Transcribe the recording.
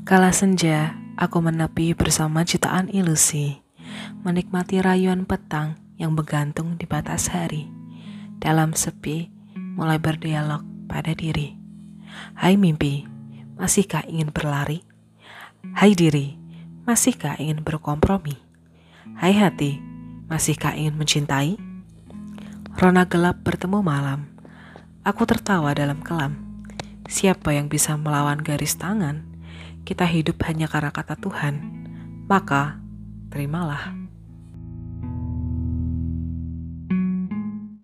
Kala senja, aku menepi bersama jutaan ilusi, menikmati rayuan petang yang bergantung di batas hari. Dalam sepi, mulai berdialog pada diri. Hai mimpi, masihkah ingin berlari? Hai diri, masihkah ingin berkompromi? Hai hati, masihkah ingin mencintai? Rona gelap bertemu malam. Aku tertawa dalam kelam. Siapa yang bisa melawan garis tangan? Kita hidup hanya karena kata Tuhan. Maka, terimalah.